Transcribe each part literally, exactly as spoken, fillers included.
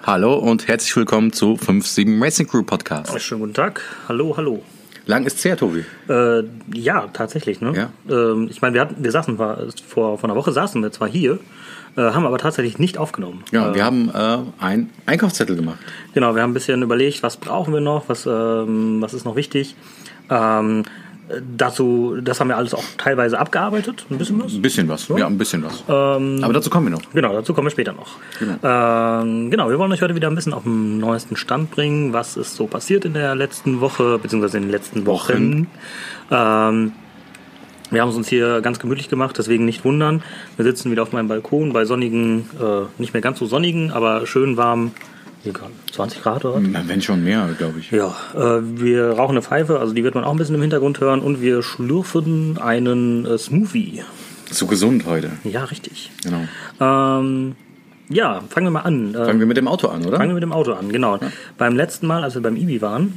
Hallo und herzlich willkommen zu fünf sieben Racing Crew Podcast. Schönen guten Tag. Hallo, hallo. Lang ist's her, Tobi? Äh, ja, tatsächlich. Ne? Ja. Ähm, ich meine, wir, hatten, wir saßen vor, vor einer Woche saßen wir zwar hier, äh, haben aber tatsächlich nicht aufgenommen. Ja, äh, wir haben äh, einen Einkaufszettel gemacht. Genau, wir haben ein bisschen überlegt, was brauchen wir noch, was, ähm, was ist noch wichtig. Ähm, dazu, das haben wir alles auch teilweise abgearbeitet, ein bisschen was. Ein bisschen was, ja, ja ein bisschen was. Ähm, aber dazu kommen wir noch. Genau, dazu kommen wir später noch. Genau. Ähm, genau, wir wollen euch heute wieder ein bisschen auf den neuesten Stand bringen, was ist so passiert in der letzten Woche, beziehungsweise in den letzten Wochen. Wochen. Ähm, wir haben es uns hier ganz gemütlich gemacht, deswegen nicht wundern. Wir sitzen wieder auf meinem Balkon bei sonnigen, äh, nicht mehr ganz so sonnigen, aber schön warm. zwanzig Grad oder was? Na, wenn schon mehr, glaube ich. Ja, äh, wir rauchen eine Pfeife, also die wird man auch ein bisschen im Hintergrund hören. Und wir schlürfen einen äh, Smoothie. So gesund heute. Ja, richtig. Genau. Ähm, ja, fangen wir mal an. Fangen wir mit dem Auto an, oder? Fangen wir mit dem Auto an, genau. Ja. Beim letzten Mal, als wir beim I B I waren,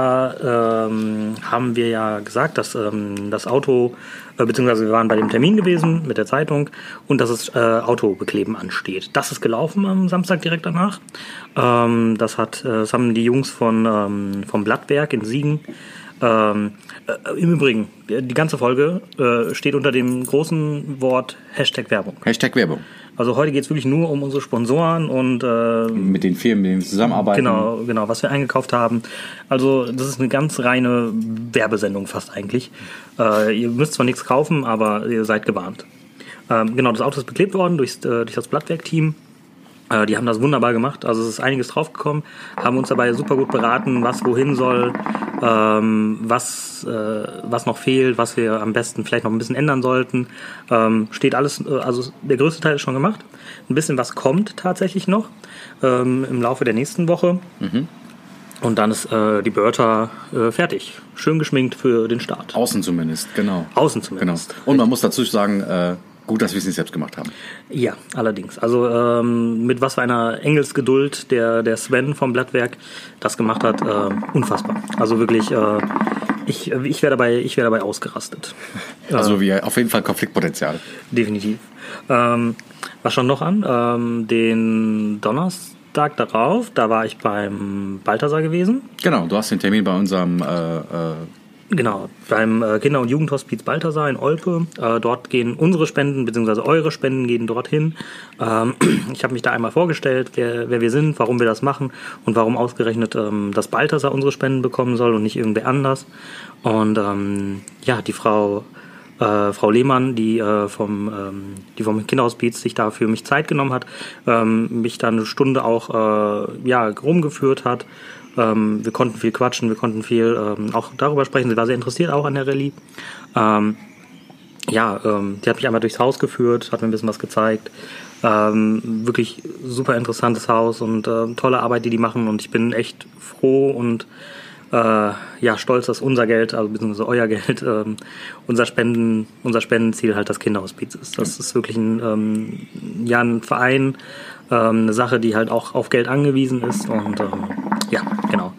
da ähm, haben wir ja gesagt, dass ähm, das Auto, äh, beziehungsweise wir waren bei dem Termin gewesen mit der Zeitung und dass das äh, Autobekleben ansteht. Das ist gelaufen am Samstag direkt danach. Ähm, das, hat, äh, das haben die Jungs von, ähm, vom Blattwerk in Siegen. Ähm, äh, Im Übrigen, die ganze Folge äh, steht unter dem großen Wort Hashtag Werbung. Hashtag Werbung. Also heute geht es wirklich nur um unsere Sponsoren und äh, mit den Firmen, mit denen wir zusammenarbeiten. Genau, genau, was wir eingekauft haben. Also das ist eine ganz reine Werbesendung fast eigentlich. Äh, ihr müsst zwar nichts kaufen, aber ihr seid gewarnt. Ähm, genau, das Auto ist beklebt worden durch, äh, durch das Blattwerk-Team. Äh, die haben das wunderbar gemacht. Also es ist einiges draufgekommen, haben uns dabei super gut beraten, was wohin soll, ähm, was, äh, was noch fehlt, was wir am besten vielleicht noch ein bisschen ändern sollten. Ähm, steht alles, äh, also der größte Teil ist schon gemacht. Ein bisschen was kommt tatsächlich noch ähm, im Laufe der nächsten Woche. Mhm. Und dann ist äh, die Bertha äh, fertig. Schön geschminkt für den Start. Außen zumindest, genau. Außen zumindest. Genau. Und man muss dazu sagen, äh, gut, dass wir es nicht selbst gemacht haben. Ja, allerdings. Also ähm, mit was für einer Engelsgeduld der, der Sven vom Blattwerk das gemacht hat, äh, unfassbar. Also wirklich, äh, ich, ich wäre dabei, ich wär dabei ausgerastet. Also wir auf jeden Fall Konfliktpotenzial. Definitiv. Ähm, was schon noch an? Ähm, den Donnerstag darauf, da war ich beim Balthasar gewesen. Genau, du hast den Termin bei unserem äh, äh, Genau, beim Kinder- und Jugendhospiz Balthasar in Olpe. Äh, dort gehen unsere Spenden, beziehungsweise eure Spenden gehen dorthin. Ähm, ich habe mich da einmal vorgestellt, wer, wer wir sind, warum wir das machen und warum ausgerechnet ähm, das Balthasar unsere Spenden bekommen soll und nicht irgendwer anders. Und ähm, ja, die Frau, äh, Frau Lehmann, die, äh, vom, ähm, die vom Kinderhospiz sich da für mich Zeit genommen hat, ähm, mich da eine Stunde auch äh, ja, rumgeführt hat. Ähm, wir konnten viel quatschen, wir konnten viel ähm, auch darüber sprechen. Sie war sehr interessiert auch an der Rallye. Ähm, ja, ähm, die hat mich einmal durchs Haus geführt, hat mir ein bisschen was gezeigt. Ähm, wirklich super interessantes Haus und äh, tolle Arbeit, die die machen. Und ich bin echt froh und äh, ja, stolz, dass unser Geld, also beziehungsweise euer Geld, ähm, unser Spenden, unser Spendenziel halt das Kinderhospiz ist. Das ist wirklich ein, ähm, ja, ein Verein, ähm, eine Sache, die halt auch auf Geld angewiesen ist und ähm, ja, genau.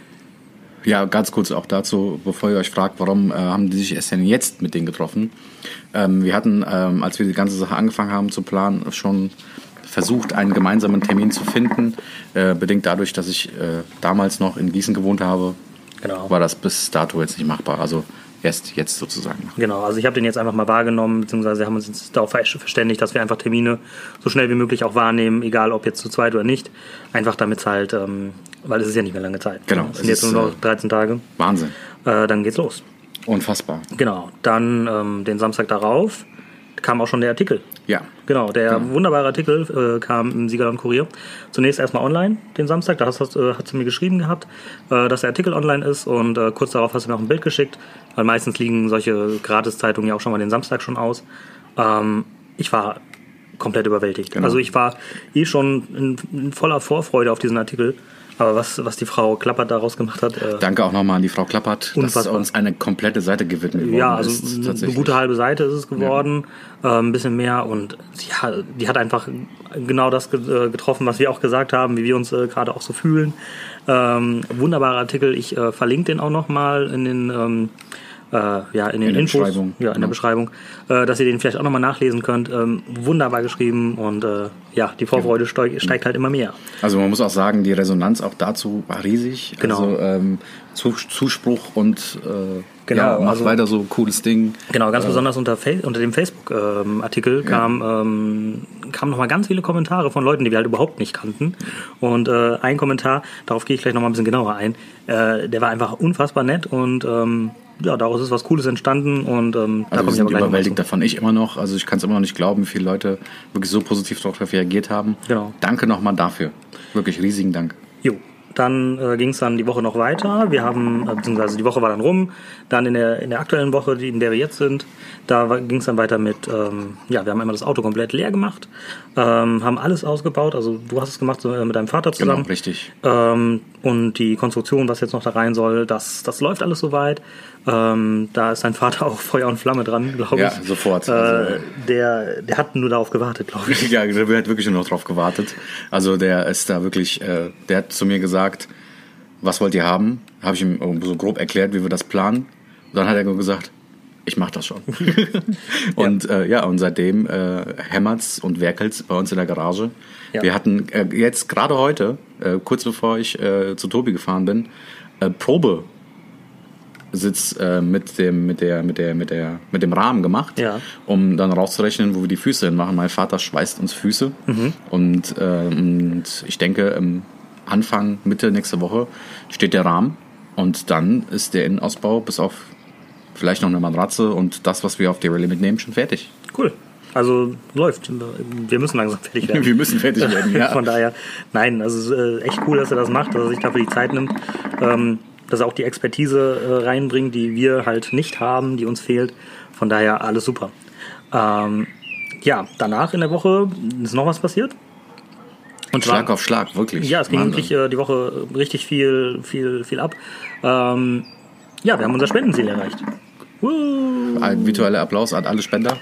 Ja, ganz kurz auch dazu, bevor ihr euch fragt, warum äh, haben die sich erst denn jetzt mit denen getroffen? Ähm, wir hatten, ähm, als wir die ganze Sache angefangen haben zu planen, schon versucht, einen gemeinsamen Termin zu finden. Äh, bedingt dadurch, dass ich äh, damals noch in Gießen gewohnt habe, genau. war das bis dato jetzt nicht machbar. Also erst jetzt sozusagen. Genau, also ich habe den jetzt einfach mal wahrgenommen, beziehungsweise haben uns jetzt darauf verständigt, dass wir einfach Termine so schnell wie möglich auch wahrnehmen, egal ob jetzt zu zweit oder nicht. Einfach damit es halt, ähm, weil es ist ja nicht mehr lange Zeit. Genau. Es sind jetzt nur noch dreizehn Tage. Wahnsinn. Äh, dann geht's los. Unfassbar. Genau, dann ähm, den Samstag darauf kam auch schon der Artikel. Ja. Genau, der genau. wunderbare Artikel äh, kam im Siegerland Kurier. Zunächst erstmal online, den Samstag, da hast, äh, hat sie mir geschrieben gehabt, äh, dass der Artikel online ist und äh, kurz darauf hast du mir auch ein Bild geschickt, weil meistens liegen solche Gratiszeitungen ja auch schon mal den Samstag schon aus. Ähm, ich war komplett überwältigt. Genau. Also ich war eh schon in, in voller Vorfreude auf diesen Artikel. Aber was, was die Frau Klappert daraus gemacht hat... Äh, Danke auch nochmal an die Frau Klappert, dass uns eine komplette Seite gewidmet worden ja, also ist. Eine, eine gute halbe Seite ist es geworden, ja. äh, ein bisschen mehr. Und ja, die hat einfach genau das getroffen, was wir auch gesagt haben, wie wir uns äh, gerade auch so fühlen. Ähm, wunderbarer Artikel, ich äh, verlinke den auch nochmal in den... Ähm, äh, ja, in den in der Infos, Beschreibung. ja, in Genau. der Beschreibung, äh, dass ihr den vielleicht auch nochmal nachlesen könnt. Ähm, wunderbar geschrieben und äh, ja, die Vorfreude steigt, steigt halt immer mehr. Also man muss auch sagen, die Resonanz auch dazu war riesig. Genau. Also ähm, Zuspruch und äh, Genau, ja, mach also- weiter so, cooles Ding. Genau, ganz besonders unter, Fa- unter dem Facebook-Artikel kam, ähm, kamen nochmal ganz viele Kommentare von Leuten, die wir halt überhaupt nicht kannten. Und äh, ein Kommentar, darauf gehe ich gleich nochmal ein bisschen genauer ein, äh, der war einfach unfassbar nett und ähm, ja, daraus ist was Cooles entstanden und ähm, da Also wir komme ich sind aber gleich noch überwältigt zu. davon. Ich immer noch. Also ich kann es immer noch nicht glauben, wie viele Leute wirklich so positiv darauf reagiert haben. Genau. Danke nochmal dafür. Wirklich riesigen Dank. Jo, dann äh, ging es dann die Woche noch weiter. Wir haben, äh, beziehungsweise die Woche war dann rum. Dann in der, in der aktuellen Woche, die, in der wir jetzt sind, da ging es dann weiter mit, ähm, ja, wir haben einmal das Auto komplett leer gemacht, ähm, haben alles ausgebaut. Also du hast es gemacht so, äh, mit deinem Vater zusammen. Genau, richtig. Ähm, und die Konstruktion, was jetzt noch da rein soll, das, das läuft alles soweit. Ähm, da ist dein Vater auch Feuer und Flamme dran, glaube ich. Ja, sofort. Äh, Also, der, der hat nur darauf gewartet, glaube ich. ja, der hat wirklich nur noch drauf gewartet. Also der ist da wirklich, äh, der hat zu mir gesagt, was wollt ihr haben? Habe ich ihm so grob erklärt, wie wir das planen. Und dann hat er gesagt, ich mache das schon. und ja. Äh, ja, und seitdem äh, hämmert's und werkelt's bei uns in der Garage. Ja. Wir hatten äh, jetzt gerade heute, äh, kurz bevor ich äh, zu Tobi gefahren bin, äh, Probe Sitz äh, mit dem mit der mit der mit der mit dem Rahmen gemacht, Ja. um dann rauszurechnen, wo wir die Füße hinmachen. Mein Vater schweißt uns Füße Mhm. und, äh, und ich denke im Anfang Mitte nächste Woche steht der Rahmen und dann ist der Innenausbau bis auf vielleicht noch eine Matratze und das, was wir auf die Rallye mitnehmen, schon fertig. Cool. Also läuft. Wir müssen langsam fertig werden. Wir müssen fertig werden, ja. Von daher, nein, also es ist äh, echt cool, dass er das macht, dass er sich dafür die Zeit nimmt, ähm, dass er auch die Expertise äh, reinbringt, die wir halt nicht haben, die uns fehlt. Von daher alles super. Ähm, ja, danach in der Woche ist noch was passiert. Und Schlag zwar- auf Schlag, wirklich. Ja, es ging Wahnsinn. wirklich äh, die Woche richtig viel, viel, viel ab. Ähm, ja, wir haben unser Spendenziel erreicht. Woo! Ein virtueller Applaus an alle Spender.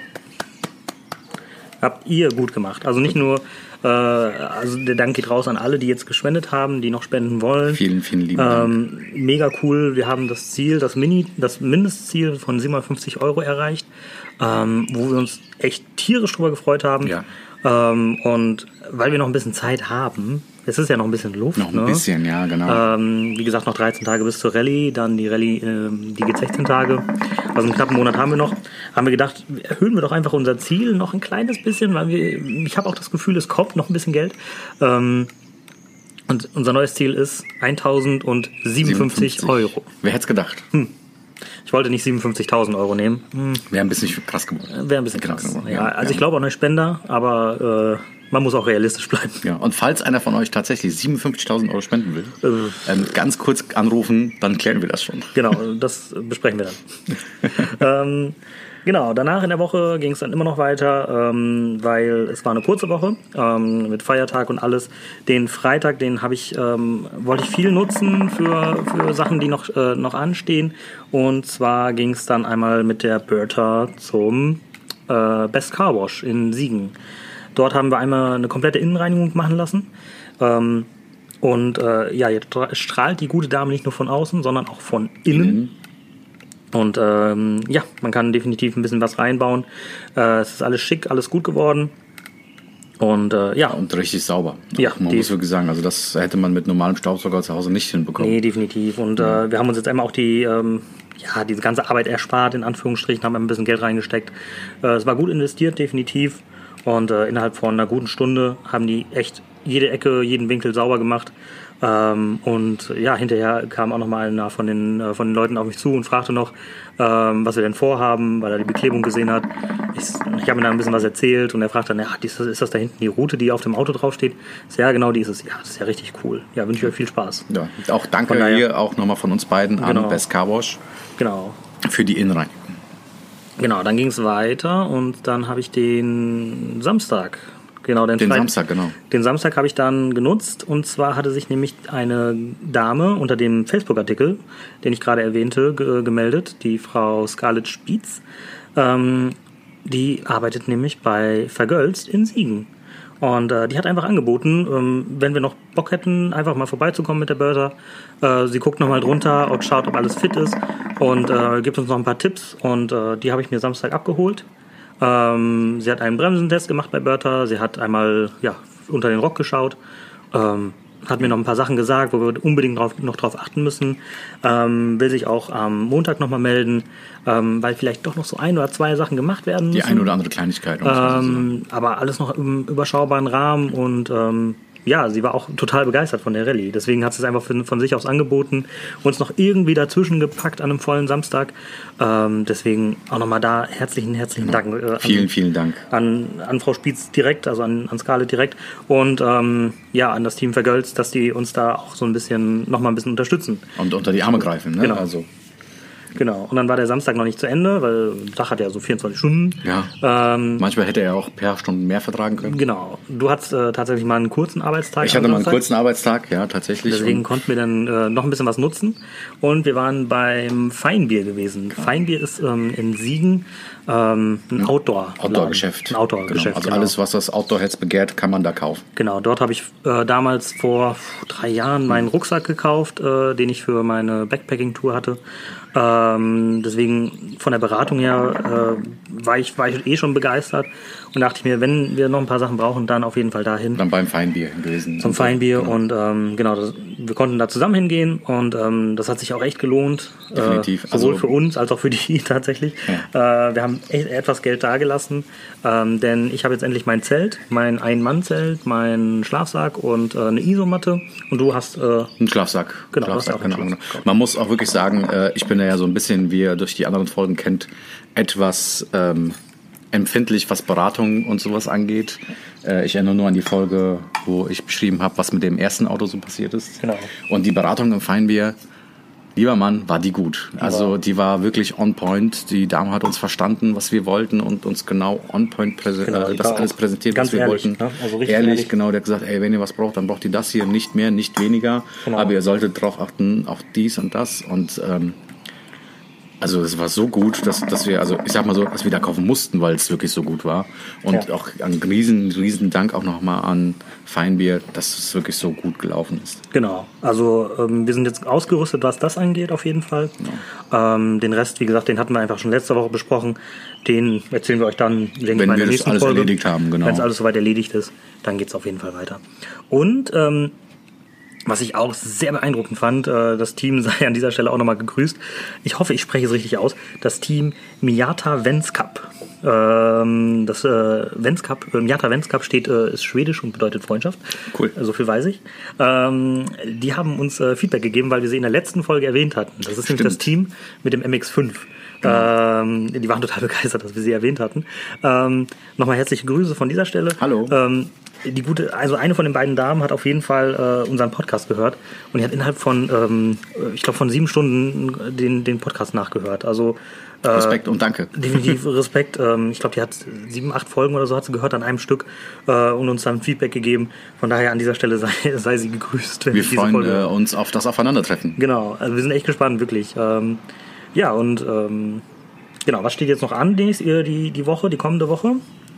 Habt ihr gut gemacht. Also nicht nur, äh, also der Dank geht raus an alle, die jetzt gespendet haben, die noch spenden wollen. Vielen, vielen lieben Dank. Ähm, mega cool. Wir haben das Ziel, das Mini, das Mindestziel von siebenhundertfünfzig Euro erreicht, ähm, wo wir uns echt tierisch drüber gefreut haben. Ja. Ähm, und weil wir noch ein bisschen Zeit haben, es ist ja noch ein bisschen Luft. Noch ein ne? bisschen, ja, genau. Ähm, wie gesagt, noch dreizehn Tage bis zur Rallye, dann die Rallye, ähm, die geht sechzehn Tage. Also einen knappen Monat haben wir noch. Haben wir gedacht, erhöhen wir doch einfach unser Ziel noch ein kleines bisschen, weil wir, ich habe auch das Gefühl, es kommt noch ein bisschen Geld. Ähm, und unser neues Ziel ist eintausendsiebenundfünfzig Euro. Wer hätte es gedacht? Ich wollte nicht siebenundfünfzigtausend Euro nehmen. Hm, Wäre ein bisschen krass geworden. wäre ein bisschen krass. Ja, also ich glaube auch nicht Spender, aber äh, man muss auch realistisch bleiben. Ja, und falls einer von euch tatsächlich siebenundfünfzigtausend Euro spenden will, Äh. ähm, ganz kurz anrufen, dann klären wir das schon. Genau, das besprechen wir dann. ähm, genau, danach in der Woche ging es dann immer noch weiter, ähm, weil es war eine kurze Woche ähm, mit Feiertag und alles. Den Freitag, den habe ich, ähm, wollte ich viel nutzen für, für Sachen, die noch, äh, noch anstehen. Und zwar ging es dann einmal mit der Bertha zum äh, Best Car Wash in Siegen. Dort haben wir einmal eine komplette Innenreinigung machen lassen. Ähm, und äh, ja, jetzt strahlt die gute Dame nicht nur von außen, sondern auch von innen. Und ähm, ja, man kann definitiv ein bisschen was reinbauen. Äh, es ist alles schick, alles gut geworden. Und äh, ja, Und richtig sauber. Ja, man die- muss wirklich sagen, also das hätte man mit normalem Staubsauger zu Hause nicht hinbekommen. nee, definitiv. Und äh, wir haben uns jetzt einmal auch die, ähm, ja, diese ganze Arbeit erspart, in Anführungsstrichen, haben ein bisschen Geld reingesteckt. Äh, es war gut investiert, definitiv. Und äh, innerhalb von einer guten Stunde haben die echt jede Ecke, jeden Winkel sauber gemacht. Ähm, und ja, hinterher kam auch noch mal einer von den, äh, von den Leuten auf mich zu und fragte noch, ähm, was wir denn vorhaben, weil er die Beklebung gesehen hat. Ich, ich habe ihm dann ein bisschen was erzählt und er fragte dann, ja, ist das, ist das da hinten die Route, die auf dem Auto draufsteht? Ich so, ja, genau, die ist es. Ja, das ist ja richtig cool. Ja, wünsche ich euch viel Spaß. Ja, auch danke Von daher- hier auch nochmal von uns beiden an Genau. Best Car Wash Genau. für die Innenreinigung. Genau, dann ging es weiter und dann habe ich den Samstag, genau, den, Den Freit- Samstag, genau. Den Samstag habe ich dann genutzt und zwar hatte sich nämlich eine Dame unter dem Facebook-Artikel, den ich gerade erwähnte, ge- gemeldet, die Frau Scarlett Spietz. Ähm, die arbeitet nämlich bei Vergölzt in Siegen. Und äh, die hat einfach angeboten, ähm, wenn wir noch Bock hätten, einfach mal vorbeizukommen mit der Bertha. Äh, sie guckt nochmal drunter und schaut, ob alles fit ist und äh, gibt uns noch ein paar Tipps. Und äh, die habe ich mir Samstag abgeholt. Ähm, sie hat einen Bremsentest gemacht bei Bertha. Sie hat einmal ja, unter den Rock geschaut. Ähm, hat mir noch ein paar Sachen gesagt, wo wir unbedingt drauf, noch drauf achten müssen. Ähm, will sich auch am Montag nochmal melden, ähm, weil vielleicht doch noch so ein oder zwei Sachen gemacht werden müssen. Die eine oder andere Kleinigkeit. Ähm, aber alles noch im überschaubaren Rahmen und ähm, ja, sie war auch total begeistert von der Rallye. Deswegen hat sie es einfach von, von sich aus angeboten, uns noch irgendwie dazwischen gepackt an einem vollen Samstag. Ähm, deswegen auch nochmal da herzlichen, herzlichen Dank. Äh, an, vielen, vielen Dank. An, an Frau Spietz direkt, also an, an Scarlett direkt und ähm, ja, an das Team Vergölz, dass die uns da auch so ein bisschen, nochmal ein bisschen unterstützen. Und unter die Arme greifen, ne? Genau. Also. Genau, und dann war der Samstag noch nicht zu Ende, weil der Tag hat ja so vierundzwanzig Stunden. Ja. Ähm, Manchmal hätte er auch per Stunden mehr vertragen können. Genau. Du hattest äh, tatsächlich mal einen kurzen Arbeitstag. Ich hatte mal einen kurzen Arbeitstag, ja, tatsächlich. Deswegen konnten wir dann äh, noch ein bisschen was nutzen. Und wir waren beim Feinbier gewesen. Genau. Feinbier ist ähm, in Siegen ähm, ein Outdoor. Outdoor-Geschäft. Ein Outdoor-Geschäft. Genau. Also genau. alles, was das Outdoor-Herz begehrt, kann man da kaufen. Genau, dort habe ich äh, damals vor drei Jahren meinen Rucksack gekauft, äh, den ich für meine Backpacking-Tour hatte. Ähm, deswegen von der Beratung her äh, war, ich, war ich eh schon begeistert und dachte ich mir, wenn wir noch ein paar Sachen brauchen, dann auf jeden Fall dahin. Dann beim Feinbier gewesen. Zum Feinbier genau. Und ähm, genau, das, wir konnten da zusammen hingehen und ähm, das hat sich auch echt gelohnt. Definitiv. Äh, sowohl also, für uns als auch für die tatsächlich. Ja. Äh, wir haben echt etwas Geld dagelassen, ähm, denn ich habe jetzt endlich mein Zelt, mein Ein-Mann-Zelt, meinen Schlafsack und äh, eine Isomatte und du hast äh, einen Schlafsack. Genau, Schlafsack, hast auch einen genau. Schlafsack. Man muss auch wirklich sagen, äh, ich bin ja so ein bisschen, wie ihr durch die anderen Folgen kennt, etwas ähm, empfindlich, was Beratung und sowas angeht. Äh, ich erinnere nur an die Folge, wo ich beschrieben habe, was mit dem ersten Auto so passiert ist. Genau. Und die Beratung im Feinbier, lieber Mann, war die gut. Also die war wirklich on point. Die Dame hat uns verstanden, was wir wollten und uns genau on point präse- genau, äh, das alles präsentiert, was wir ehrlich, wollten. Ne? Also ehrlich, ehrlich, genau. Der hat gesagt, ey, wenn ihr was braucht, dann braucht ihr das hier, nicht mehr, nicht weniger. Genau. Aber ihr solltet darauf achten, auch dies und das. Und ähm, also es war so gut, dass, dass wir, also ich sag mal so, dass wir da kaufen mussten, weil es wirklich so gut war. Und ja. auch ein riesen, riesen Dank auch nochmal an Feinbier, dass es wirklich so gut gelaufen ist. Genau, also ähm, wir sind jetzt ausgerüstet, was das angeht auf jeden Fall. Genau. Ähm, den Rest, wie gesagt, den hatten wir einfach schon letzte Woche besprochen. Den erzählen wir euch dann, denke ich, Wenn mal in wir der das nächsten alles Folge. erledigt haben, genau. Wenn es alles soweit erledigt ist, dann geht es auf jeden Fall weiter. Und ähm, was ich auch sehr beeindruckend fand, äh, das Team sei an dieser Stelle auch nochmal gegrüßt. Ich hoffe, ich spreche es richtig aus. Das Team Miata Vänskap. Ähm, das äh, Vänskap, äh, Miata Vänskap steht, äh, ist schwedisch und bedeutet Freundschaft. Cool. So viel weiß ich. Ähm, die haben uns äh, Feedback gegeben, weil wir sie in der letzten Folge erwähnt hatten. Das ist Stimmt. nämlich das Team mit dem M X fünf. Genau. Ähm, die waren total begeistert, dass wir sie erwähnt hatten. Ähm, nochmal herzliche Grüße von dieser Stelle. Hallo. Ähm, die gute, also eine von den beiden Damen hat auf jeden Fall äh, unseren Podcast gehört und die hat innerhalb von, ähm, ich glaube, von sieben Stunden den, den Podcast nachgehört. Also äh, Respekt und danke. Definitiv Respekt. Ähm, ich glaube, die hat sieben, acht Folgen oder so hat sie gehört an einem Stück äh, und uns dann Feedback gegeben. Von daher an dieser Stelle sei, sei sie gegrüßt. Wenn wir diese freuen Folge äh, uns auf das Aufeinandertreffen. Genau, also wir sind echt gespannt, wirklich. Ähm, ja, und ähm, genau, was steht jetzt noch an, die, die, die Woche, die kommende Woche?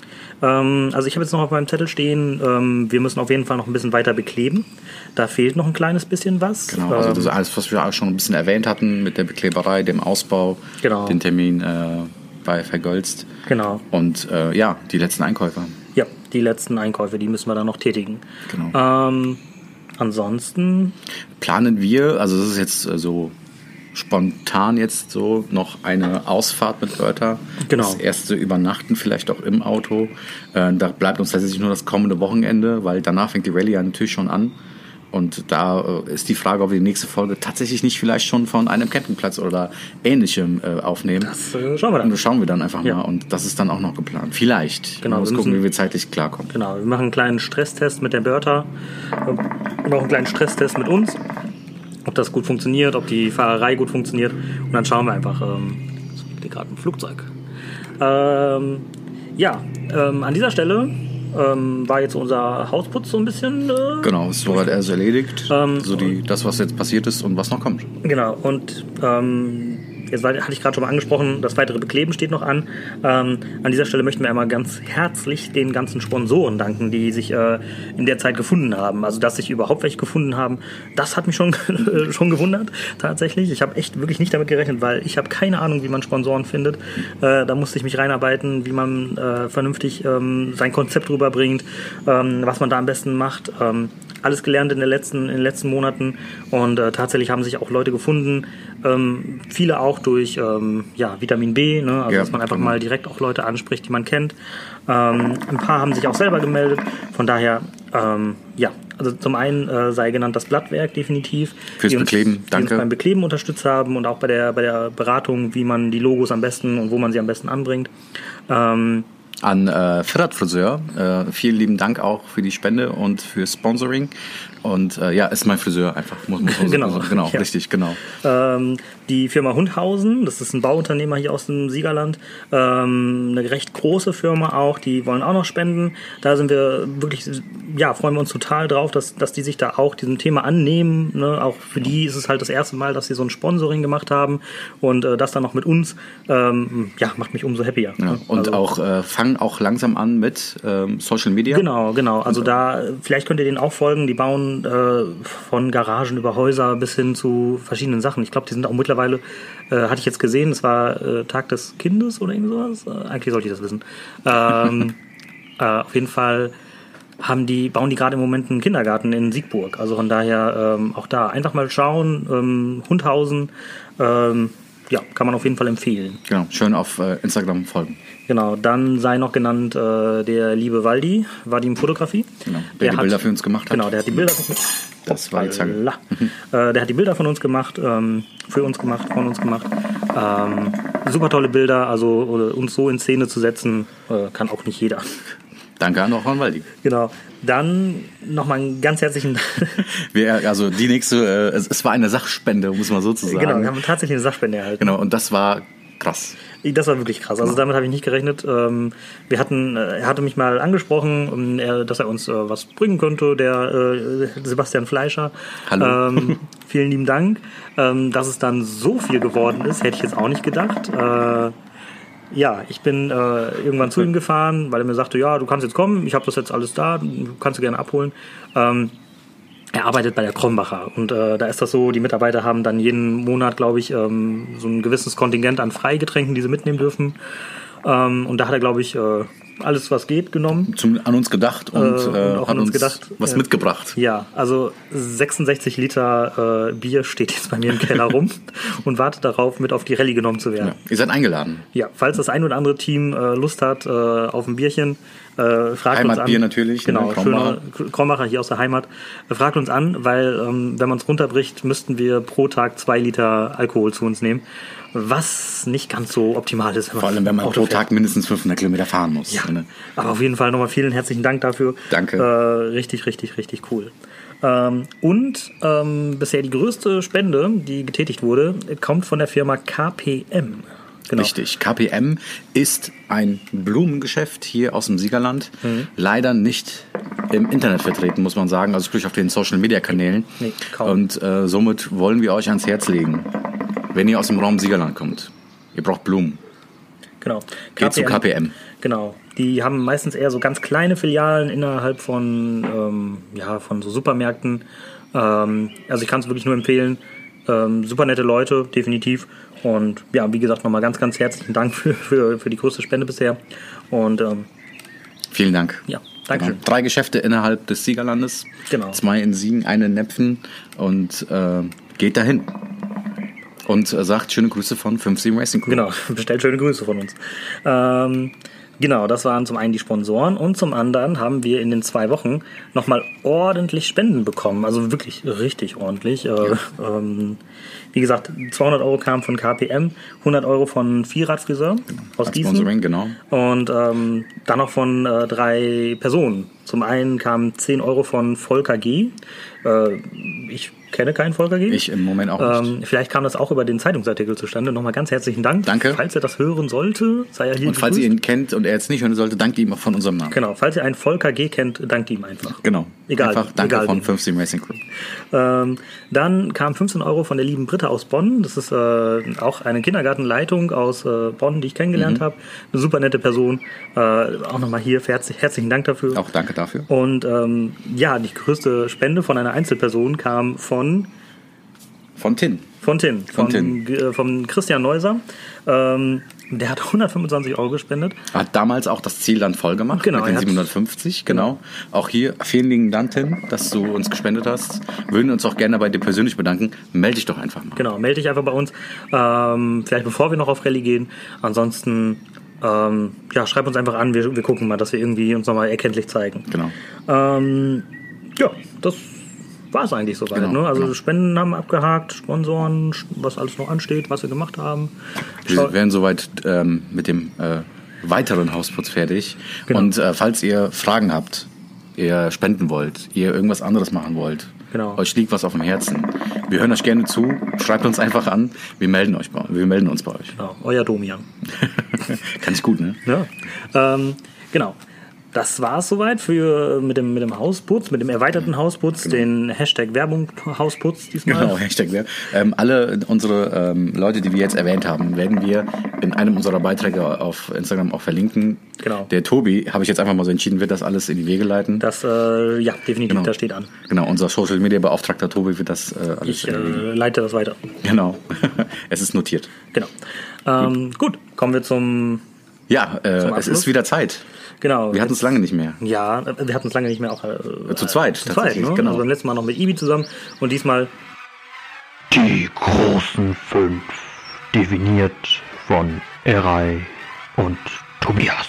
Also ich habe jetzt noch auf meinem Zettel stehen, ähm, wir müssen auf jeden Fall noch ein bisschen weiter bekleben. Da fehlt noch ein kleines bisschen was. Genau, also das ist alles, was wir auch schon ein bisschen erwähnt hatten mit der Bekleberei, dem Ausbau, genau. den Termin äh, bei Vergölzt. Genau. Und äh, ja, die letzten Einkäufe. Ja, die letzten Einkäufe, die müssen wir dann noch tätigen. Genau. Ähm, ansonsten planen wir, also das ist jetzt äh, so spontan jetzt so noch eine Ausfahrt mit Bertha. Genau. Das erste Übernachten vielleicht auch im Auto. Äh, da bleibt uns tatsächlich nur das kommende Wochenende, weil danach fängt die Rallye ja natürlich schon an. Und da äh, ist die Frage, ob wir die nächste Folge tatsächlich nicht vielleicht schon von einem Campingplatz oder Ähnlichem äh, aufnehmen. Das äh, schauen wir dann. Und das schauen wir dann einfach ja. mal. Und das ist dann auch noch geplant. Vielleicht. Genau. Wir müssen wir gucken, müssen, wie wir zeitlich klarkommen. Genau. Wir machen einen kleinen Stresstest mit der Bertha. Und auch einen kleinen Stresstest mit uns. Ob das gut funktioniert, ob die Fahrerei gut funktioniert. Und dann schauen wir einfach. Ähm, es fliegt gerade ein Flugzeug. Ähm, ja, ähm, an dieser Stelle ähm, war jetzt unser Hausputz so ein bisschen. Äh, genau, es war erst erledigt. Ähm, so die, das, was jetzt passiert ist und was noch kommt. Genau, und ähm, jetzt war, hatte ich gerade schon mal angesprochen, das weitere Bekleben steht noch an. Ähm, an dieser Stelle möchten wir einmal ganz herzlich den ganzen Sponsoren danken, die sich äh, in der Zeit gefunden haben. Also, dass sich überhaupt welche gefunden haben, das hat mich schon, schon gewundert, tatsächlich. Ich habe echt wirklich nicht damit gerechnet, weil ich habe keine Ahnung, wie man Sponsoren findet. Äh, da musste ich mich reinarbeiten, wie man äh, vernünftig ähm, sein Konzept rüberbringt, ähm, was man da am besten macht. Ähm, alles gelernt in, der letzten, in den letzten Monaten und äh, tatsächlich haben sich auch Leute gefunden, ähm, viele auch durch ähm, ja, Vitamin B, ne? Also ja, dass man einfach genau. mal direkt auch Leute anspricht, die man kennt. Ähm, ein paar haben sich auch selber gemeldet, von daher, ähm, ja, also zum einen äh, sei genannt das Blattwerk definitiv. Fürs uns, Bekleben, danke. Die uns beim Bekleben unterstützt haben und auch bei der, bei der Beratung, wie man die Logos am besten und wo man sie am besten anbringt. Ähm, An äh, Firat Friseur. Äh, vielen lieben Dank auch für die Spende und für Sponsoring. Und äh, ja, ist mein Friseur einfach. Muss, muss, muss, genau, muss, genau ja. richtig, genau. Ähm, die Firma Hundhausen, das ist ein Bauunternehmer hier aus dem Siegerland, ähm, eine recht große Firma auch, die wollen auch noch spenden. Da sind wir wirklich, ja, freuen wir uns total drauf, dass, dass die sich da auch diesem Thema annehmen. Ne? Auch für die ist es halt das erste Mal, dass sie so ein Sponsoring gemacht haben und äh, das dann noch mit uns, ähm, ja, macht mich umso happier. Ja, und also, auch äh, fangen auch langsam an mit ähm, Social Media. Genau, genau. Also da, vielleicht könnt ihr denen auch folgen, die bauen äh, von Garagen über Häuser bis hin zu verschiedenen Sachen. Ich glaube, die sind auch mittlerweile, äh, hatte ich jetzt gesehen, es war äh, Tag des Kindes oder irgend sowas. Äh, eigentlich sollte ich das wissen. Ähm, äh, auf jeden Fall haben die, bauen die gerade im Moment einen Kindergarten in Siegburg. Also von daher ähm, auch da einfach mal schauen. Ähm, Hundhausen, ähm, ja, kann man auf jeden Fall empfehlen. Genau, schön auf äh, Instagram folgen. Genau, dann sei noch genannt äh, der liebe Waldi, Vadim Fotografie. Genau, der, der die hat, Bilder für uns gemacht hat. Genau, der hat die Bilder für Das war jetzt äh, Der hat die Bilder von uns gemacht, ähm, für uns gemacht, von uns gemacht. Ähm, super tolle Bilder, also oder uns so in Szene zu setzen, äh, kann auch nicht jeder. Danke an auch an Waldi. Genau. Dann nochmal einen ganz herzlichen Dank. Also die nächste, äh, es, es war eine Sachspende, muss man so zu sagen. Genau, wir haben tatsächlich eine Sachspende erhalten. Genau, und das war krass. Das war wirklich krass. Also damit habe ich nicht gerechnet. Ähm, wir hatten, äh, er hatte mich mal angesprochen, um, er, dass er uns äh, was bringen könnte, der äh, Sebastian Fleischer. Hallo. Ähm, vielen lieben Dank. Ähm, dass es dann so viel geworden ist, hätte ich jetzt auch nicht gedacht. Äh, Ja, ich bin äh, irgendwann zu ihm gefahren, weil er mir sagte, ja, du kannst jetzt kommen, ich habe das jetzt alles da, du kannst du gerne abholen. Ähm, er arbeitet bei der Krombacher und äh, da ist das so, die Mitarbeiter haben dann jeden Monat, glaube ich, ähm, so ein gewisses Kontingent an Freigetränken, die sie mitnehmen dürfen. Ähm, und da hat er, glaube ich, äh, alles, was geht, genommen. Zum, an uns gedacht und, äh, und auch hat an uns uns gedacht, was äh, mitgebracht. Ja, also sechsundsechzig Liter äh, Bier steht jetzt bei mir im Keller rum und wartet darauf, mit auf die Rallye genommen zu werden. Ja, ihr seid eingeladen. Ja, falls das ein oder andere Team äh, Lust hat äh, auf ein Bierchen, äh, fragt uns an. Heimatbier natürlich. Genau, ne, Krombacher. schöne Krombacher hier aus der Heimat. Äh, fragt uns an, weil ähm, wenn man es runterbricht, müssten wir pro Tag zwei Liter Alkohol zu uns nehmen. Was nicht ganz so optimal ist. Wenn Vor allem, wenn man Auto pro fährt. Tag mindestens fünfhundert Kilometer fahren muss. Ja, ne? aber auf jeden Fall nochmal vielen herzlichen Dank dafür. Danke. Äh, richtig, richtig, richtig cool. Ähm, und ähm, bisher die größte Spende, die getätigt wurde, kommt von der Firma K P M. Genau. Richtig. K P M ist ein Blumengeschäft hier aus dem Siegerland. Mhm. Leider nicht im Internet vertreten, muss man sagen. Also sprich auf den Social-Media-Kanälen. Nee, kaum. Und äh, somit wollen wir euch ans Herz legen, wenn ihr aus dem Raum Siegerland kommt. Ihr braucht Blumen. Genau. Geht zu K P M. Genau. Die haben meistens eher so ganz kleine Filialen innerhalb von, ähm, ja, von so Supermärkten. Ähm, also ich kann es wirklich nur empfehlen. Ähm, super nette Leute, definitiv. Und ja, wie gesagt, nochmal ganz, ganz herzlichen Dank für, für, für die größte Spende bisher. Und ähm, vielen Dank. Ja, danke schön. Genau. Drei Geschäfte innerhalb des Siegerlandes. Genau. Zwei in Siegen, eine in Nepfen. Und äh, geht dahin. Und äh, sagt schöne Grüße von fünf sieben Racing Crew. Genau, bestellt schöne Grüße von uns. Ähm, genau, das waren zum einen die Sponsoren und zum anderen haben wir in den zwei Wochen nochmal ordentlich Spenden bekommen. Also wirklich richtig ordentlich. Äh, ja. ähm, wie gesagt, zweihundert Euro kamen von K P M, hundert Euro von Vierrad Friseur aus Als Gießen. Sponsoring, genau. Und ähm, dann noch von äh, drei Personen Zum einen kamen zehn Euro von Volker G. Äh, ich kenne keinen Volker G. Ich im Moment auch nicht. Ähm, vielleicht kam das auch über den Zeitungsartikel zustande. Nochmal ganz herzlichen Dank. Danke. Falls er das hören sollte, sei er hier Und falls ihr gegrüßt. ihn kennt und er jetzt nicht hören sollte, dankt ihm auch von unserem Namen. Genau, falls ihr einen Volker G kennt, dankt ihm einfach. Genau. Egal. Einfach danke egal von wen. fünfzehn Racing Crew. Ähm, dann kam fünfzehn Euro von der lieben Britta aus Bonn. Das ist äh, auch eine Kindergartenleitung aus äh, Bonn, die ich kennengelernt Mhm. habe. Eine super nette Person. Äh, auch nochmal hier herzlich, herzlichen Dank dafür. Auch danke dafür. Und ähm, ja, die größte Spende von einer Einzelperson kam von Von Tin. Von Tin, von, Von Tin. Äh, von Christian Neuser. Ähm, der hat hundertfünfundzwanzig Euro gespendet. Hat damals auch das Ziel dann voll gemacht Genau, mit den er hat- siebenhundertfünfzig, genau. Auch hier vielen lieben Dank, Tin, dass du uns gespendet hast. Würden uns auch gerne bei dir persönlich bedanken. Melde dich doch einfach mal. Genau, melde dich einfach bei uns. Ähm, vielleicht bevor wir noch auf Rallye gehen. Ansonsten, ähm, ja, schreib uns einfach an. Wir, wir gucken mal, dass wir irgendwie uns nochmal erkenntlich zeigen. Genau. Ähm, ja, das war es eigentlich soweit. Genau, ne? Also genau. Spenden haben abgehakt, Sponsoren, was alles noch ansteht, was wir gemacht haben. Wir Schau- werden soweit ähm, mit dem äh, weiteren Hausputz fertig. Genau. Und äh, falls ihr Fragen habt, ihr spenden wollt, ihr irgendwas anderes machen wollt, Genau. euch liegt was auf dem Herzen, wir hören euch gerne zu, schreibt uns einfach an, wir melden, euch bei, wir melden uns bei euch. Genau, euer Domian. Kann ich gut, ne? Ja. Ähm, genau. Das war es soweit für, mit, dem, mit dem Hausputz, mit dem erweiterten Hausputz, den Hashtag Werbung Hausputz diesmal. Genau, Hashtag wer. Ähm, alle unsere ähm, Leute, die wir jetzt erwähnt haben, werden wir in einem unserer Beiträge auf Instagram auch verlinken. Genau. Der Tobi, habe ich jetzt einfach mal so entschieden, wird das alles in die Wege leiten. Das, äh, ja, definitiv, Genau. das steht an. Genau, unser Social Media Beauftragter Tobi wird das äh, alles Ich äh, erledigen. leite das weiter. Genau, es ist notiert. Genau. Ähm, gut, kommen wir zum, Ja, äh, es Abschluss? ist wieder Zeit. genau. Wir hatten es lange nicht mehr. Ja, äh, wir hatten es lange nicht mehr auch äh, Zu zweit, zu zweit, tatsächlich, ne? genau. Also beim letzten Mal noch mit Ibi zusammen und diesmal Die großen fünf, definiert von Eray und Tobias.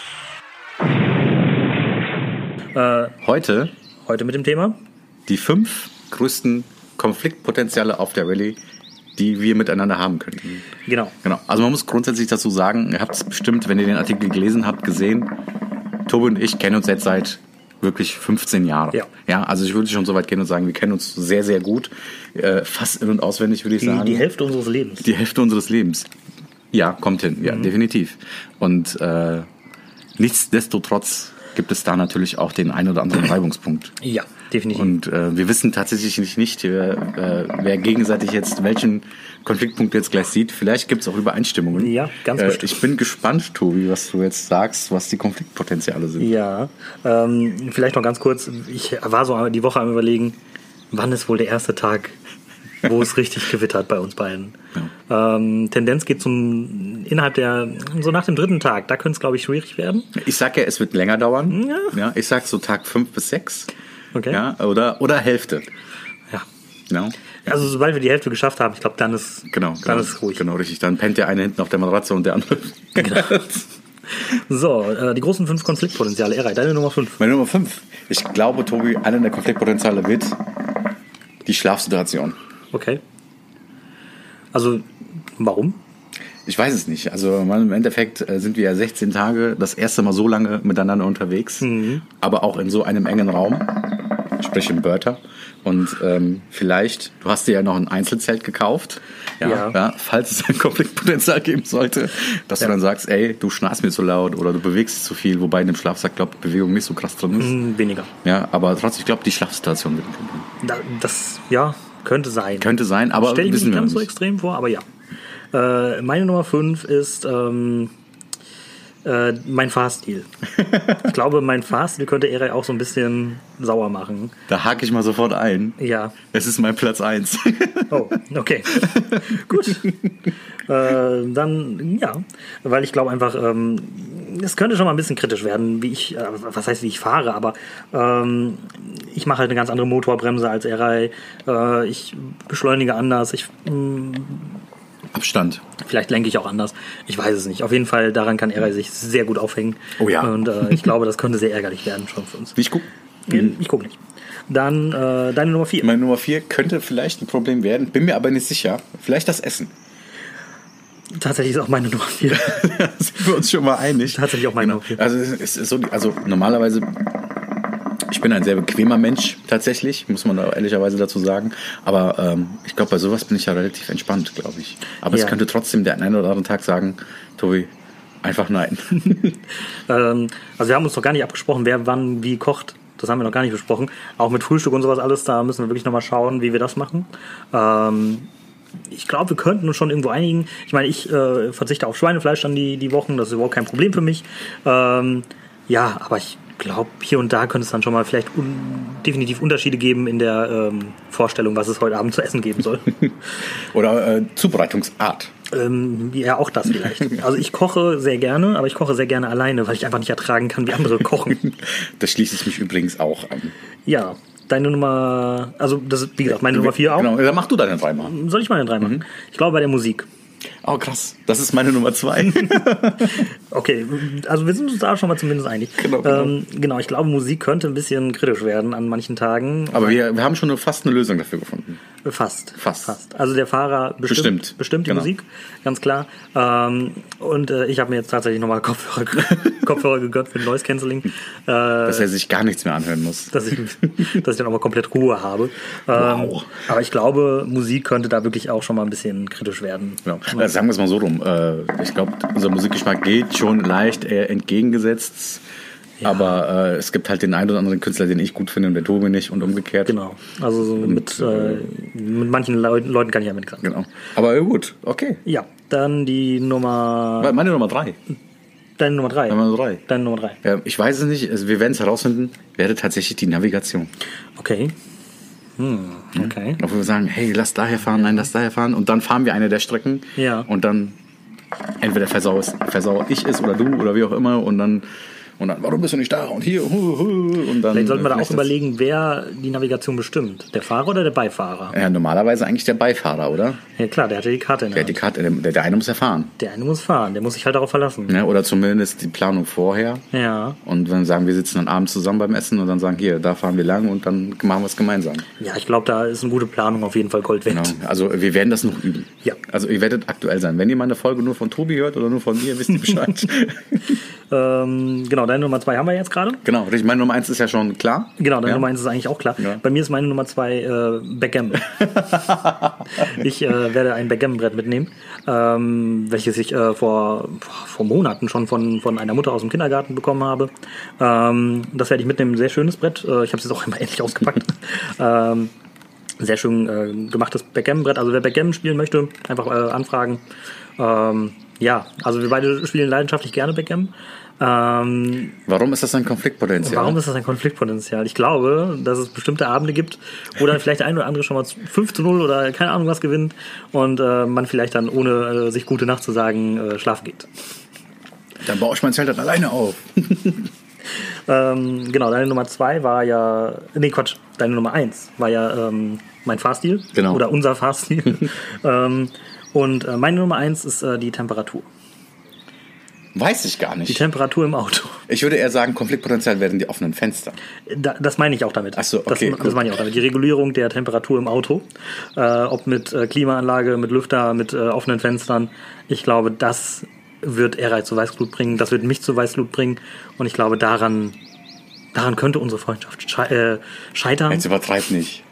äh, Heute heute mit dem Thema. die fünf größten Konfliktpotenziale auf der Rallye, die wir miteinander haben könnten. Genau. Genau. Also man muss grundsätzlich dazu sagen, ihr habt es bestimmt, wenn ihr den Artikel gelesen habt, gesehen, Tobi und ich kennen uns jetzt seit wirklich fünfzehn Jahren. Ja. Ja, also ich würde schon so weit gehen und sagen, wir kennen uns sehr, sehr gut. Äh, fast in- und auswendig, würde ich Die, sagen. die Hälfte unseres Lebens. Die Hälfte unseres Lebens. Ja, kommt hin. Ja, Mhm. definitiv. Und äh, nichtsdestotrotz gibt es da natürlich auch den einen oder anderen Reibungspunkt. Ja, definitiv. Und äh, wir wissen tatsächlich nicht, nicht wer, äh, wer gegenseitig jetzt welchen Konfliktpunkt jetzt gleich sieht. Vielleicht gibt es auch Übereinstimmungen. Ja, ganz äh, bestimmt. Ich bin gespannt, Tobi, was du jetzt sagst, was die Konfliktpotenziale sind. Ja, ähm, vielleicht noch ganz kurz. Ich war so die Woche am Überlegen, wann ist wohl der erste Tag, wo es richtig gewittert bei uns beiden. Ähm, Tendenz geht zum innerhalb der, so nach dem dritten Tag, da könnte es, glaube ich, schwierig werden. Ich sag ja, es wird länger dauern. Ja. Ja, ich sag so Tag fünf bis sechs. Okay. Ja, oder, oder Hälfte. Ja. Ja. Also sobald wir die Hälfte geschafft haben, ich glaube, dann ist, Genau, dann genau, ist es ruhig. genau, richtig. Dann pennt der eine hinten auf der Matratze und der andere. So, äh, die großen fünf Konfliktpotenziale. Eray, deine Nummer fünf. Meine Nummer fünf. Ich glaube, Tobi, einer der Konfliktpotenziale wird die Schlafsituation. Okay. Also, warum? Ich weiß es nicht. Also man, im Endeffekt äh, sind wir ja sechzehn Tage das erste Mal so lange miteinander unterwegs, Mhm. aber auch in so einem engen Raum, sprich im Börter. Und ähm, vielleicht, du hast dir ja noch ein Einzelzelt gekauft, ja, Ja. ja, falls es ein Konfliktpotenzial geben sollte, dass Ja. du dann sagst, ey, du schnarchst mir zu laut oder du bewegst dich zu viel, wobei in dem Schlafsack, glaube ich, Bewegung nicht so krass drin ist. Hm, weniger. Ja, aber trotzdem, ich glaube, die Schlafsituation wird ein Problem. Da, das, ja, könnte sein. Könnte sein, aber Stelle ich mir wissen nicht wir ganz noch so nicht. extrem vor, aber ja. Äh, meine Nummer fünf ist ähm, äh, mein Fahrstil. Ich glaube, mein Fahrstil könnte Eray auch so ein bisschen sauer machen. Da hake ich mal sofort ein. Ja. Es ist mein Platz eins. Oh, okay. Gut. Äh, dann, ja. Weil ich glaube einfach, ähm, es könnte schon mal ein bisschen kritisch werden, wie ich, äh, was heißt, wie ich fahre, aber ähm, ich mache halt eine ganz andere Motorbremse als Eray. Äh, ich beschleunige anders. Ich mh, Abstand. Vielleicht lenke ich auch anders. Ich weiß es nicht. Auf jeden Fall, daran kann Eray sich sehr gut aufhängen. Oh ja. Und äh, ich glaube, das könnte sehr ärgerlich werden schon für uns. Wie ich guck. Ich gucke nicht. Dann äh, deine Nummer vier. Meine Nummer vier könnte vielleicht ein Problem werden, bin mir aber nicht sicher. Vielleicht das Essen. Tatsächlich ist auch meine Nummer vier. Da sind wir uns schon mal einig. Tatsächlich auch meine Genau. Nummer vier. Also, es ist so, also normalerweise Ich bin ein sehr bequemer Mensch, tatsächlich, muss man da ehrlicherweise dazu sagen. Aber ähm, ich glaube, bei sowas bin ich ja relativ entspannt, glaube ich. Aber Ja. es könnte trotzdem der einen oder anderen Tag sagen, Tobi, einfach nein. ähm, also wir haben uns noch gar nicht abgesprochen, wer wann wie kocht. Das haben wir noch gar nicht besprochen. Auch mit Frühstück und sowas alles, da müssen wir wirklich nochmal schauen, wie wir das machen. Ähm, ich glaube, wir könnten uns schon irgendwo einigen. Ich meine, ich äh, verzichte auf Schweinefleisch dann die, die Wochen, das ist überhaupt kein Problem für mich. Ähm, ja, aber ich glaube, hier und da könnte es dann schon mal vielleicht un definitiv Unterschiede geben in der ähm, Vorstellung, was es heute Abend zu essen geben soll. Oder äh, Zubereitungsart. ähm, ja, auch das vielleicht. Also ich koche sehr gerne, aber ich koche sehr gerne alleine, weil ich einfach nicht ertragen kann, wie andere kochen. Das schließe ich mich übrigens auch an. Ja, deine Nummer, also das ist, wie gesagt, meine Nummer vier auch. Genau, dann mach du deine drei mal. Soll ich meine drei machen? Mhm. Ich glaube bei der Musik. Oh, krass. Das ist meine Nummer zwei. Okay, also wir sind uns da schon mal zumindest einig. Genau, genau. Ähm, genau, ich glaube, Musik könnte ein bisschen kritisch werden an manchen Tagen. Aber wir, wir haben schon eine, fast eine Lösung dafür gefunden. Fast. Fast. Fast. Also der Fahrer bestimmt, Bestimmt. bestimmt die Genau. Musik, ganz klar. Ähm, und äh, ich habe mir jetzt tatsächlich nochmal Kopfhörer, Kopfhörer gegönnt für Noise Cancelling. Äh, Dass er sich gar nichts mehr anhören muss. dass ich, dass ich dann auch mal komplett Ruhe habe. Ähm, Wow. Aber ich glaube, Musik könnte da wirklich auch schon mal ein bisschen kritisch werden. Genau. Also sagen wir es mal so rum. Äh, ich glaube, unser Musikgeschmack geht schon leicht eher entgegengesetzt. Ja. Aber äh, es gibt halt den einen oder anderen Künstler, den ich gut finde und der Tobi nicht und umgekehrt. Genau. Also so mit, äh, mit manchen Leuten, Leuten kann ich ja mit nichts anfangen. Genau. Aber äh, gut, okay. Ja, dann die Nummer. Meine Nummer drei. Deine Nummer drei. Meine Nummer drei. Deine Nummer drei. Ja, ich weiß es nicht, also wir werden es herausfinden, wäre tatsächlich die Navigation. Okay. Hm, okay. Wo wir sagen, hey, lass daher fahren, nein, lass daher fahren. Und dann fahren wir eine der Strecken. Ja. Und dann entweder versau, es, versau ich es oder du oder wie auch immer. Und dann, und dann warum bist du nicht da? Und hier, hu, hu, und dann. Vielleicht sollten wir da auch vielleicht das- überlegen, wer die Navigation bestimmt. Der Fahrer oder der Beifahrer? Ja, normalerweise eigentlich der Beifahrer, oder? Ja klar, der hat ja die Karte in Der, der hat die Hand. Karte, der, der eine muss ja fahren. Der eine muss fahren, der muss sich halt darauf verlassen. Ne? Oder zumindest die Planung vorher. Ja. Und dann sagen wir, sitzen dann abends zusammen beim Essen und dann sagen, hier, da fahren wir lang und dann machen wir es gemeinsam. Ja, ich glaube, da ist eine gute Planung auf jeden Fall Gold wert. Genau. Also wir werden das noch üben. Ja. Also ihr werdet aktuell sein. Wenn ihr mal eine Folge nur von Tobi hört oder nur von mir, wisst ihr Bescheid. Ähm, genau, deine Nummer zwei haben wir jetzt gerade. Genau, richtig. Meine Nummer eins ist ja schon klar. Genau, deine Ja. Nummer eins ist eigentlich auch klar. Ja. Bei mir ist meine Nummer zwei äh, Backgammon. Ich äh, werde ein Backgammon-Brett mitnehmen, ähm, welches ich äh, vor, vor Monaten schon von, von einer Mutter aus dem Kindergarten bekommen habe. Ähm, das werde ich mitnehmen. Sehr schönes Brett. Äh, ich habe es jetzt auch immer endlich ausgepackt. ähm, sehr schön äh, gemachtes Backgammon-Brett. Also wer Backgammon spielen möchte, einfach äh, anfragen. Ähm, ja, also wir beide spielen leidenschaftlich gerne Backgammon. Ähm, Warum ist das ein Konfliktpotenzial? Warum ist das ein Konfliktpotenzial? Ich glaube, dass es bestimmte Abende gibt, wo dann vielleicht der ein oder andere schon mal fünf zu null oder keine Ahnung was gewinnt und äh, man vielleicht dann, ohne äh, sich gute Nacht zu sagen, äh, schlafen geht. Dann baue ich mein Zelt halt alleine auf. Ähm, genau, deine Nummer zwei war ja, nee Quatsch, deine Nummer eins war ja ähm, mein Fahrstil. Genau. Oder unser Fahrstil. ähm, und äh, meine Nummer eins ist äh, die Temperatur. Weiß ich gar Die nicht. Temperatur im Auto. Ich würde eher sagen, Konfliktpotenzial werden die offenen Fenster. Da, das meine ich auch damit. Ach so, okay, das, gut. das meine ich auch damit. Die Regulierung der Temperatur im Auto, äh, ob mit äh, Klimaanlage, mit Lüfter, mit äh, offenen Fenstern. Ich glaube, das wird Eray zu Weißglut bringen. Das wird mich zu Weißglut bringen. Und ich glaube, daran, daran könnte unsere Freundschaft schei äh, scheitern. Jetzt übertreib nicht.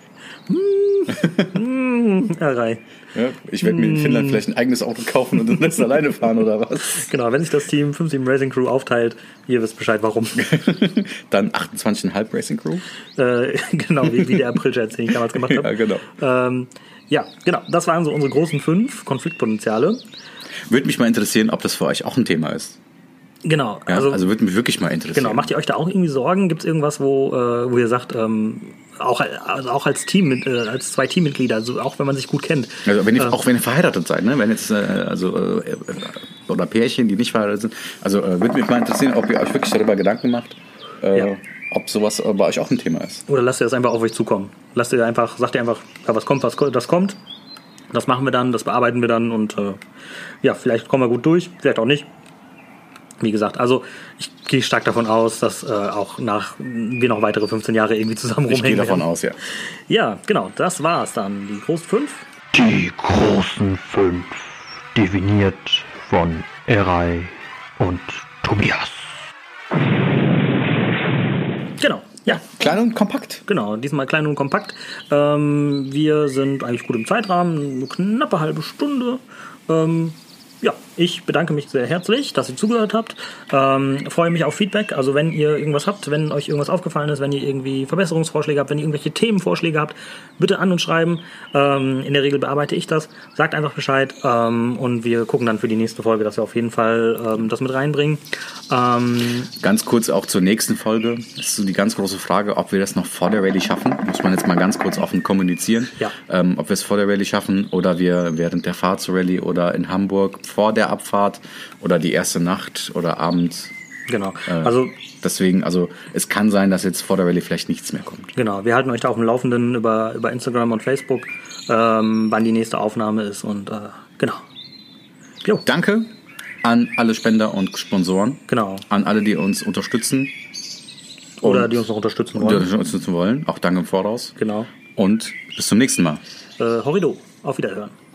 Eray. Ja, ich werde mir in Finnland vielleicht ein eigenes Auto kaufen und dann lässt alleine fahren oder was? Genau, wenn sich das Team fünf sieben Racing Crew aufteilt, ihr wisst Bescheid, warum. Dann achtundzwanzig Komma fünf Racing Crew. äh, genau, wie, wie der April-Chat, den ich damals gemacht habe. Ja, genau. Ähm, ja, genau. Das waren so unsere großen fünf Konfliktpotenziale. Würde mich mal interessieren, ob das für euch auch ein Thema ist. Genau. Ja, also, Also, würde mich wirklich mal interessieren. genau. Macht ihr euch da auch irgendwie Sorgen? Gibt es irgendwas, wo, äh, wo ihr sagt, ähm, auch, also auch als Team, mit, äh, als zwei Teammitglieder, also auch wenn man sich gut kennt. Also wenn ihr, Äh, auch wenn ihr verheiratet seid, ne? Wenn jetzt äh, also äh, oder Pärchen, die nicht verheiratet sind, also äh, würde mich mal interessieren, ob ihr euch wirklich darüber Gedanken macht, äh, Ja. ob sowas äh, bei euch auch ein Thema ist. Oder lasst ihr das einfach auf euch zukommen? Lasst ihr einfach, sagt ihr einfach, ja, was kommt, was ko- das kommt. Das machen wir dann, das bearbeiten wir dann und äh, ja, vielleicht kommen wir gut durch, vielleicht auch nicht. Wie gesagt, also ich gehe stark davon aus, dass äh, auch nach wir noch weitere fünfzehn Jahre irgendwie zusammen Ich gehe rumhängen davon werden. aus, ja. Ja, genau, das war's dann. Die großen fünf. Die großen fünf, definiert von Eray und Tobias. Genau, ja. Klein und kompakt. Genau, diesmal klein und kompakt. Ähm, wir sind eigentlich gut im Zeitrahmen, eine knappe halbe Stunde. Ähm, ja, ich bedanke mich sehr herzlich, dass ihr zugehört habt. Ähm, freue mich auf Feedback. Also wenn ihr irgendwas habt, wenn euch irgendwas aufgefallen ist, wenn ihr irgendwie Verbesserungsvorschläge habt, wenn ihr irgendwelche Themenvorschläge habt, bitte an uns schreiben. Ähm, in der Regel bearbeite ich das. Sagt einfach Bescheid ähm, und wir gucken dann für die nächste Folge, dass wir auf jeden Fall ähm, das mit reinbringen. Ähm, Ganz kurz auch zur nächsten Folge. Das ist so die ganz große Frage, ob wir das noch vor der Rallye schaffen. Muss man jetzt mal ganz kurz offen kommunizieren. Ja. Ähm, ob wir es vor der Rallye schaffen oder wir während der Fahrt zur Rallye oder in Hamburg vor der Abfahrt oder die erste Nacht oder Abend. genau. Äh, Also deswegen, also es kann sein, dass jetzt vor der Rallye vielleicht nichts mehr kommt. Genau, wir halten euch da auf dem Laufenden über, über Instagram und Facebook, ähm, wann die nächste Aufnahme ist und äh, genau. Jo. Danke an alle Spender und Sponsoren. Genau. An alle, die uns unterstützen. Oder und die uns noch unterstützen die wollen. uns unterstützen wollen. Auch danke im Voraus. Genau. Und bis zum nächsten Mal. Äh, Horrido, auf Wiederhören.